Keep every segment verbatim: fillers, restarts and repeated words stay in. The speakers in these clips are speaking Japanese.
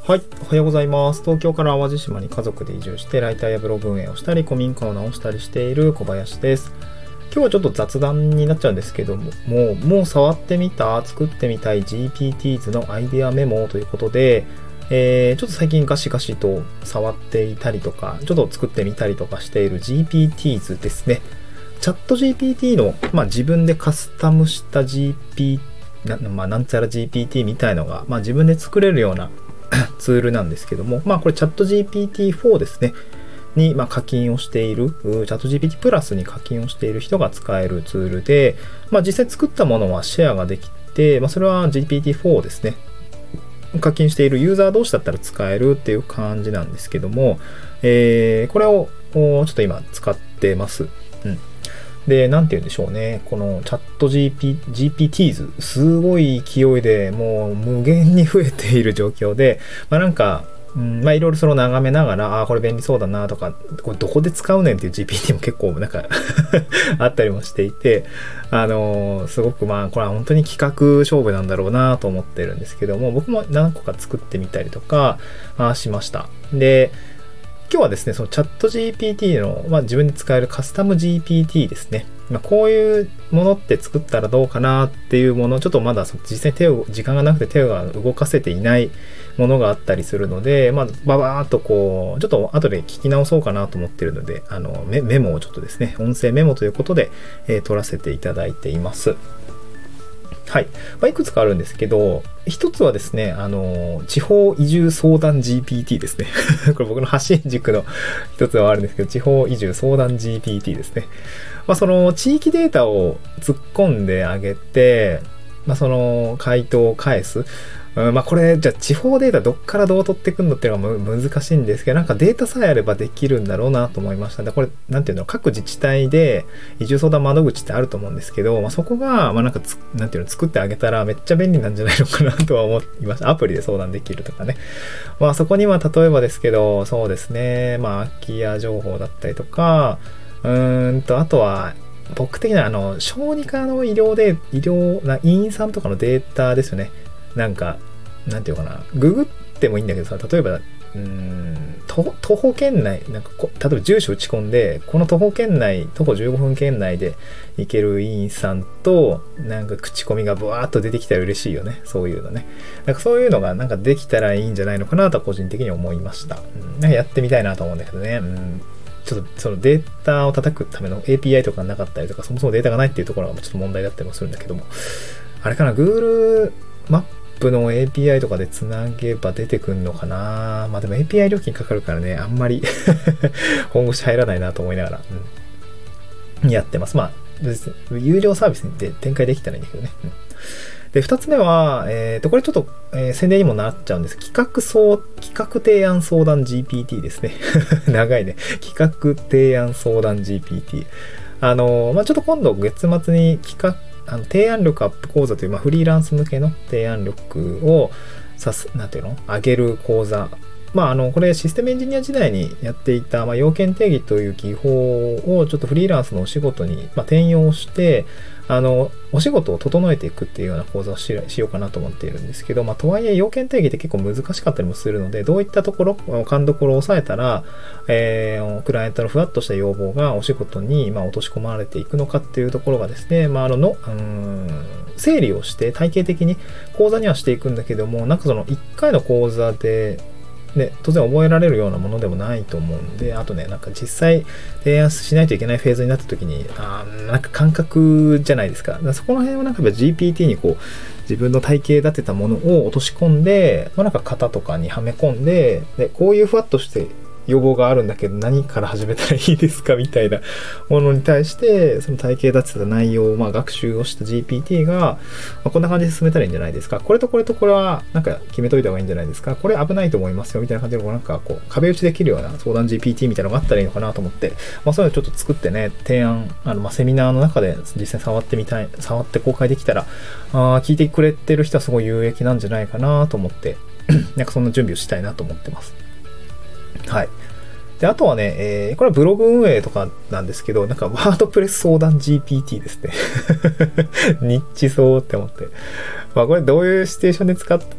はい、おはようございます。東京から淡路島に家族で移住してライターやブログ運営をしたり古民家を直したりしている小林です。今日はちょっと雑談になっちゃうんですけども、もう、もう触ってみた、作ってみたい ジーピーティーズ のアイデアメモということで、えー、ちょっと最近ガシガシと触っていたりとか、ちょっと作ってみたりとかしている ジーピーティーズ ですね。チャット ジーピーティー の、まあ、自分でカスタムした ジーピー、な, まあ、なんちゃら ジーピーティー みたいのが、まあ、自分で作れるようなツールなんですけども、まあこれチャット ジーピーティーフォー ですね。に、まあ、課金をしている、チャット ジーピーティー プラスに課金をしている人が使えるツールで、まあ実際作ったものはシェアができて、まあそれは ジーピーティーフォー ですね。課金しているユーザー同士だったら使えるっていう感じなんですけども、えー、これをちょっと今使ってます。うん。で、なんて言うんでしょうね。このチャット ジーピー、ジーピーティーズ、すごい勢いでもう無限に増えている状況で、まあなんか、うん、まあいろいろその眺めながら、ああ、これ便利そうだなとか、これどこで使うねんっていう ジーピーティー も結構なんかあったりもしていて、あのー、すごくまあこれは本当に企画勝負なんだろうなと思ってるんですけども、僕も何個か作ってみたりとか、まあ、しました。で、今日はですね、そのチャット ジーピーティー の、まあ、自分で使えるカスタム ジーピーティー ですね。まあ、こういうものって作ったらどうかなっていうもの、ちょっとまだ実際手を、時間がなくて手が動かせていないものがあったりするので、まあ、ババーっとこう、ちょっと後で聞き直そうかなと思っているので、あのメ、メモをちょっとですね、音声メモということで、えー、取らせていただいています。はい。まあ、いくつかあるんですけど、一つはですね、あの、地方移住相談 ジーピーティー ですね。これ僕の発信軸の一つはあるんですけど、地方移住相談 ジーピーティー ですね。まあ、その地域データを突っ込んであげて、まあ、その回答を返す。うん、まあこれじゃあ地方データどっからどう取ってくるのっていうのが難しいんですけど、なんかデータさえあればできるんだろうなと思いました。でこれなんていうの、各自治体で移住相談窓口ってあると思うんですけど、まあ、そこがまあなんかつなんていうの作ってあげたらめっちゃ便利なんじゃないのかなとは思いました。アプリで相談できるとかね。まあそこには例えばですけど、そうですね、まあ空き家情報だったりとか、うーんとあとは僕的なあの小児科の医療で医療な医院さんとかのデータですよね。なんか、なんていうかな、ググってもいいんだけどさ、例えば、うーん、徒, 徒歩圏内、なんかこ、例えば住所打ち込んで、この徒歩圏内、徒歩じゅうごふん圏内で行ける医院さんと、なんか口コミがブワーっと出てきたら嬉しいよね、そういうのね。なんかそういうのがなんかできたらいいんじゃないのかなと個人的に思いました。うん、なんかやってみたいなと思うんだけどね。うん、ちょっとそのデータを叩くための エーピーアイ とかなかったりとか、そもそもデータがないっていうところがちょっと問題だったりもするんだけども、あれかな、Google マップの エーピーアイ とかでつなげば出てくんのかな。まあでも エーピーアイ 料金かかるからね、あんまり本腰入らないなと思いながら、うん、やってます。まあ、有料サービスで展開できたらいいんだけどね。うん、で、二つ目は、えっと、これちょっと、えー、宣伝にもなっちゃうんです。企画相、企画提案相談 ジーピーティー ですね。長いね。企画提案相談 ジーピーティー。あのー、まあちょっと今度月末に企画、あの提案力アップ講座という、まあ、フリーランス向けの提案力をさす、なんていうの上げる講座。まあ、あの、これシステムエンジニア時代にやっていた、まあ、要件定義という技法をちょっとフリーランスのお仕事に、まあ、転用して、あの、お仕事を整えていくっていうような講座をしようかなと思っているんですけど、まあ、とはいえ要件定義って結構難しかったりもするので、どういったところ、勘どころを抑えたら、えー、クライアントのふわっとした要望がお仕事に、まあ、落とし込まれていくのかっていうところがですね、まあ、あの、の、うーん、整理をして体系的に講座にはしていくんだけども、なんかそのいっかいの講座で、ね、当然覚えられるようなものでもないと思うんで、あとね、なんか実際提案しないといけないフェーズになった時に、あなんか感覚じゃないですか。だからそこの辺はなんか ジーピーティー にこう、自分の体系立てたものを落とし込んで、まあ、なんか型とかにはめ込んで、で、こういうふわっとして要望があるんだけど何から始めたらいいですかみたいなものに対してその体系立てた内容をまあ学習をした ジーピーティー が、まあ、こんな感じで進めたらいいんじゃないですか、これとこれとこれはなんか決めといた方がいいんじゃないですか、これ危ないと思いますよみたいな感じでなんかこう壁打ちできるような相談 ジーピーティー みたいなのがあったらいいのかなと思って、まあ、そういうのちょっと作ってね提案あのまあセミナーの中で実際触ってみたい触って公開できたらあ聞いてくれてる人はすごい有益なんじゃないかなと思ってなんかそんな準備をしたいなと思ってます。はい。で、あとはね、えー、これはブログ運営とかなんですけど、なんかワードプレス相談 ジーピーティー ですね。ニッチそうって思って。まあこれどういうシチュエーションで使っ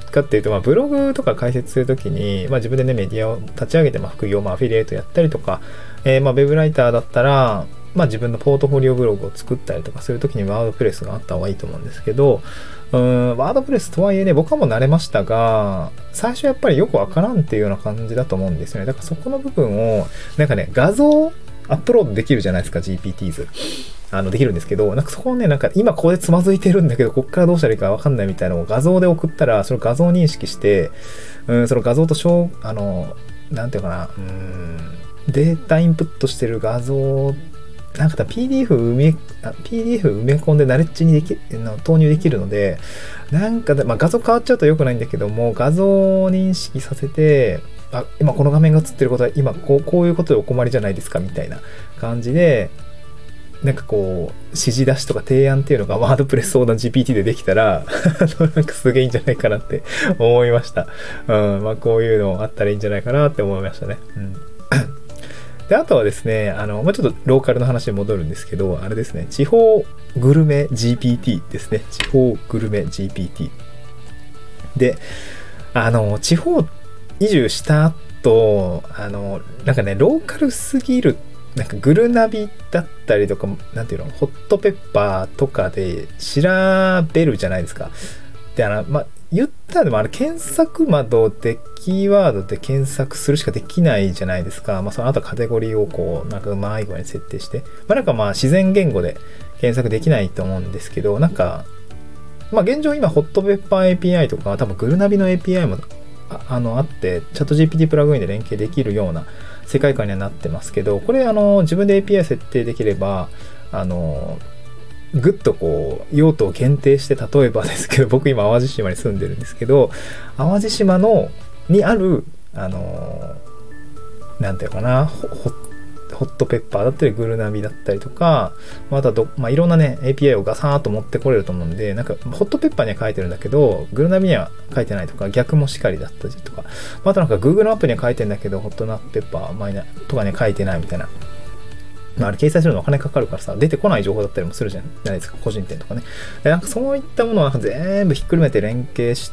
かっていうと、まあ、ブログとか解説するときに、まあ、自分でね、メディアを立ち上げて、まあ、副業、まあ、アフィリエイトやったりとか、えー、まあ、ウェブライターだったら、まあ、自分のポートフォリオブログを作ったりとかするときにワードプレスがあった方がいいと思うんですけど、うーん、ワードプレスとはいえね、僕はもう慣れましたが、最初やっぱりよくわからんっていうような感じだと思うんですよね。だからそこの部分を、なんかね、画像アップロードできるじゃないですか、ジーピーティーズ。あの、できるんですけど、なんかそこをね、なんか今ここでつまずいてるんだけど、こっからどうしたらいいかわかんないみたいなのを画像で送ったら、その画像認識して、うん、その画像と小、あの、なんていうかな、うん、データインプットしてる画像、なんか ピーディーエフ 埋め、ピーディーエフ 埋め込んでナレッジにできの投入できるので、なんか、まあ、画像変わっちゃうと良くないんだけども、画像を認識させて、あ、今この画面が映ってることは、今こう、こういうことでお困りじゃないですかみたいな感じで、なんかこう、指示出しとか提案っていうのがワードプレス相談 ジーピーティー でできたら、なんかすげえいいんじゃないかなって思いました。うん、まあこういうのあったらいいんじゃないかなって思いましたね。うん。で、あとはですね、あの、まあ、ちょっとローカルの話に戻るんですけど、あれですね、地方グルメ ジーピーティー ですね。地方グルメ ジーピーティー。で、あの、地方移住した後、あの、なんかね、ローカルすぎるなんかグルナビだったりとか、なんていうの、ホットペッパーとかで調べるじゃないですか。で、あの、まあ、言ったらでもあれ検索窓でキーワードで検索するしかできないじゃないですか。まあ、その後カテゴリーをこう、なんかうまい具合に設定して。まあ、なんかまあ自然言語で検索できないと思うんですけど、なんか、まあ現状今ホットペッパー エーピーアイ とか、多分グルナビの エーピーアイ も あ, あのあって、チャット ジーピーティー プラグインで連携できるような世界観にはなってますけど、これあの自分で エーピーアイ 設定できれば、あの、ぐっとこう用途を限定して、例えばですけど、僕今淡路島に住んでるんですけど、淡路島のにあるあのなんていうかな、ホホットペッパーだったりグルナビだったりとか、またど、まあ、いろんなね エーピーアイ をガサーっと持ってこれると思うんで、なんかホットペッパーには書いてるんだけどグルナビには書いてないとか、逆もしかりだったりとか、またなんか Google マップには書いてるんだけどホットナップペッパーマイナとかには書いてないみたいな。まあ、あれ掲載するのお金かかるからさ、出てこない情報だったりもするじゃないですか、個人店とかね。で、なんかそういったものを全部ひっくるめて連携して、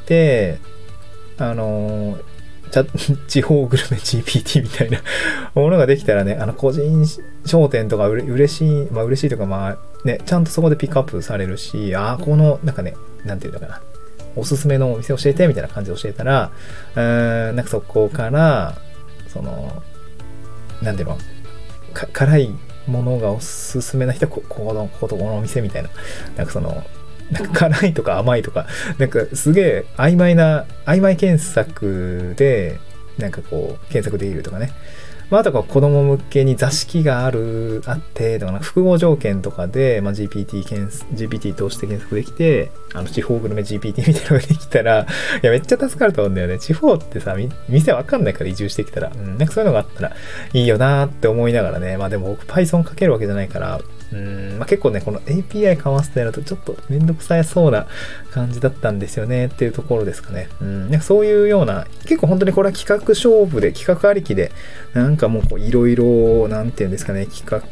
あのー、地方グルメ ジーピーティー みたいなものができたらね、あの個人商店とかうれ嬉しい、まあ嬉しいとか、まあね、ちゃんとそこでピックアップされるし、ああ、この、なんかね、なんていうのかな、おすすめのお店教えてみたいな感じで教えたら、うーん、なんかそこから、その、なんていうの、か辛いものがおすすめな人はここのこことこのお店みたいな、なんかそのなんか辛いとか甘いとか、なんかすげえ曖昧な曖昧検索でなんかこう検索できるとかね。まあ、あとは子供向けに座敷があるあってとか、複合条件とかで、まあ、ジーピーティー 検 ジーピーティー 通して検索できて、あの地方グルメ ジーピーティー みたいなのができたら、いやめっちゃ助かると思うんだよね。地方ってさ、店わかんないから移住してきたら、うん、なんかそういうのがあったらいいよなーって思いながらね。まあでも僕 Python 書けるわけじゃないから、うん、まあ、結構ねこの エーピーアイ かわすとやるとちょっとめんどくさそうな感じだったんですよねっていうところですかね。うん、なんかそういうような、結構本当にこれは企画勝負で、企画ありきで、なんかもういろいろなんていうんですかね、企画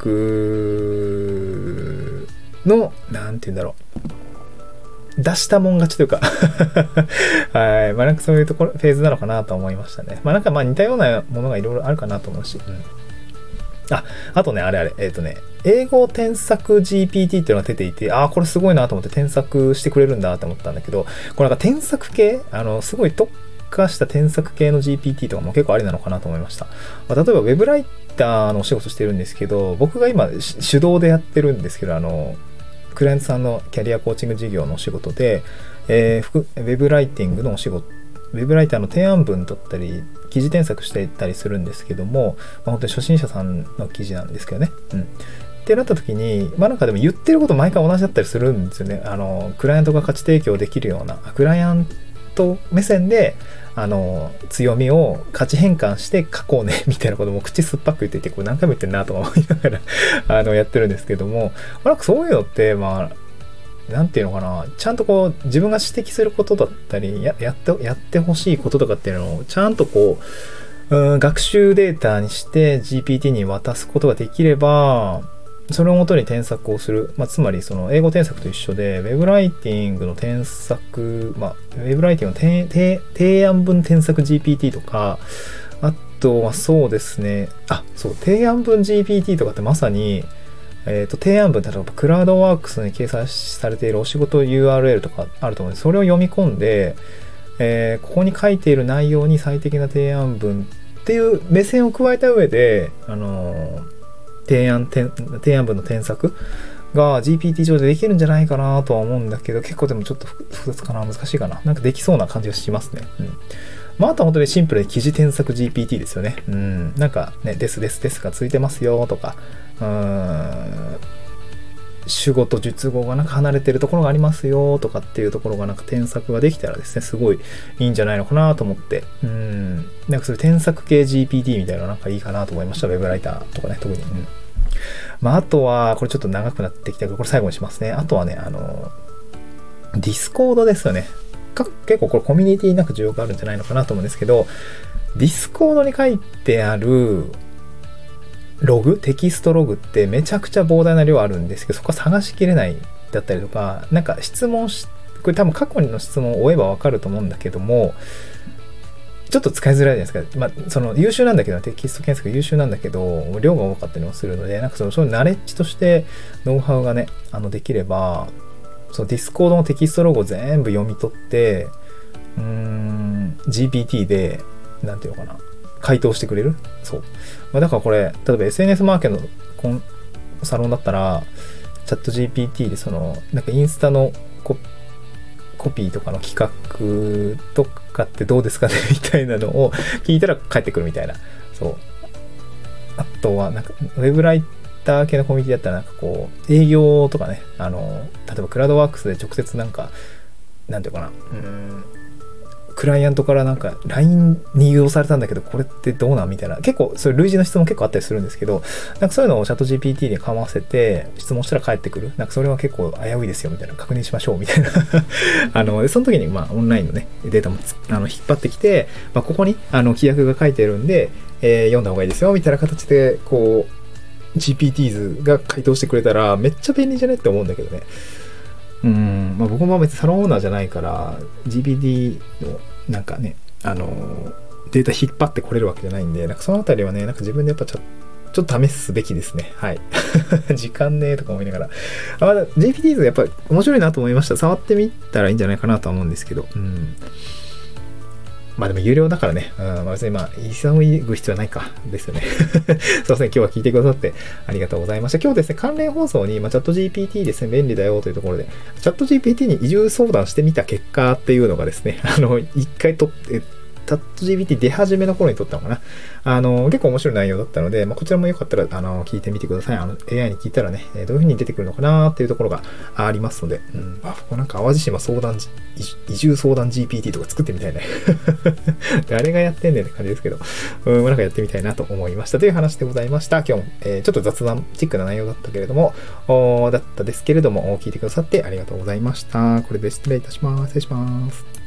のなんていうんだろう、出したもん勝ちというかはい、まあなんかそういうところフェーズなのかなと思いましたね。まあなんかまあ似たようなものがいろいろあるかなと思うし。うん、あ、あとね、あれあれ、えっとね、英語添削 ジーピーティー っていうのが出ていて、ああ、これすごいなと思って添削してくれるんだと思ったんだけど、これなんか添削系、あの、すごい特化した添削系の ジーピーティー とかも結構ありなのかなと思いました。まあ、例えば、ウェブライターのお仕事してるんですけど、僕が今、手動でやってるんですけど、あの、クライアントさんのキャリアコーチング事業のお仕事で、えー、ウェブライティングのお仕事、ウェブライターの提案文取ったり、記事添削していったりするんですけども、まあ、本当に初心者さんの記事なんですけどね。うん。ってなった時に、まあなんかでも言ってること毎回同じだったりするんですよね。あの、クライアントが価値提供できるような、クライアント目線で、あの、強みを価値変換して書こうね、みたいなことも口酸っぱく言っていて、これ何回も言ってるなと思いながらあの、やってるんですけども、まあ、なんかそういうのって、まあ、なんていうのかな、ちゃんとこう自分が指摘することだったり や, やってやってほしいこととかっていうのをちゃんとこう、うん、学習データにして ジーピーティー に渡すことができれば、 それをもとに添削をする、まあ、つまりその英語添削と一緒で、ウェブライティングの添削、まあ、ウェブライティングの提提案文添削 ジーピーティー とか、あとはそうですね、あ、そう、提案文 ジーピーティー とかってまさに、えっと、提案文、例えばクラウドワークスに掲載されているお仕事 ユーアールエル とかあると思うんです。それを読み込んで、えー、ここに書いている内容に最適な提案文っていう目線を加えた上で、あのー提案、提案文の添削が ジーピーティー 上でできるんじゃないかなとは思うんだけど、結構でもちょっと複雑かな、難しいかな。なんかできそうな感じがしますね。うん。まあ、あとは本当にシンプルに記事添削 ジーピーティー ですよね。うん。なんかね、ですですですがついてますよとか、うーん、主語と述語がなんか離れてるところがありますよとかっていうところがなんか添削ができたらですね、すごいいいんじゃないのかなと思って、うん、なんかそういう添削系 ジーピーティー みたいなのなんかいいかなと思いました。ウェブライターとかね、特に。うん、まあ、あとは、これちょっと長くなってきたけど、これ最後にしますね。あとはね、あの、ディスコードですよね。結構これコミュニティになんか需要があるんじゃないのかなと思うんですけど、ディスコードに書いてあるログ、テキストログってめちゃくちゃ膨大な量あるんですけど、そこは探しきれないだったりとか、なんか質問し、これ多分過去の質問を追えばわかると思うんだけども、ちょっと使いづらいじゃないですか。まあ、その優秀なんだけど、テキスト検索優秀なんだけど、量が多かったりもするので、なんかその、そのナレッジとしてノウハウがね、あの、できれば、そのディスコードのテキストログを全部読み取って、うーん、ジーピーティー で、なんていうのかな、回答してくれる。そう。まあ、だからこれ、例えば エスエヌエス マーケのコンサロンだったら、チャット ジーピーティー でその、なんかインスタのココピーとかの企画とかってどうですかねみたいなのを聞いたら返ってくるみたいな。そう。あとは、なんか、ウェブライター系のコミュニティだったら、なんかこう、営業とかね、あの、例えばクラウドワークスで直接なんか、なんていうかな、うーん、クライアントからなんか ライン に誘導されたんだけどこれってどうなんみたいな、結構そういう類似の質問結構あったりするんですけど、なんかそういうのをチャット ジーピーティー にかませて質問したら返ってくる、なんかそれは結構危ういですよみたいな、確認しましょうみたいなあのでその時にまあオンラインのねデータもあの引っ張ってきて、まあ、ここにあの規約が書いてるんで、えー、読んだ方がいいですよみたいな形でこう ジーピーティー ズが回答してくれたらめっちゃ便利じゃねって思うんだけどね。うん、まあ、僕も別にサロンオーナーじゃないから ジーピーティー のなんかね、あのデータ引っ張ってこれるわけじゃないんで、なんかそのあたりはね、なんか自分でやっぱちょちょっと試すべきですね。はい。時間ねーとか思いながら。あ、まだ ジーピーティー ズやっぱ面白いなと思いました。触ってみたらいいんじゃないかなとは思うんですけど。うん。まあでも有料だからね。うん。まあ別にまあ、急ぐ必要はないか。ですよね。すいません。今日は聞いてくださってありがとうございました。今日ですね、関連放送に、まあ、チャット ジーピーティー ですね、便利だよというところで、チャット ジーピーティー に移住相談してみた結果っていうのがですね、あの、一回とって、チャット ジーピーティー 出始めの頃に撮ったのかな。あの、結構面白い内容だったので、まあ、こちらもよかったら、あの、聞いてみてください。あの、エーアイ に聞いたらね、どういう風に出てくるのかなっていうところがありますので、うん。あ、ここなんか淡路島相談、移住相談 ジーピーティー とか作ってみたいね。誰がやってんねんって感じですけど、うん、なんかやってみたいなと思いましたという話でございました。今日も、えー、ちょっと雑談チックな内容だったけれども、だったですけれども、聞いてくださってありがとうございました。これで失礼いたします。失礼します。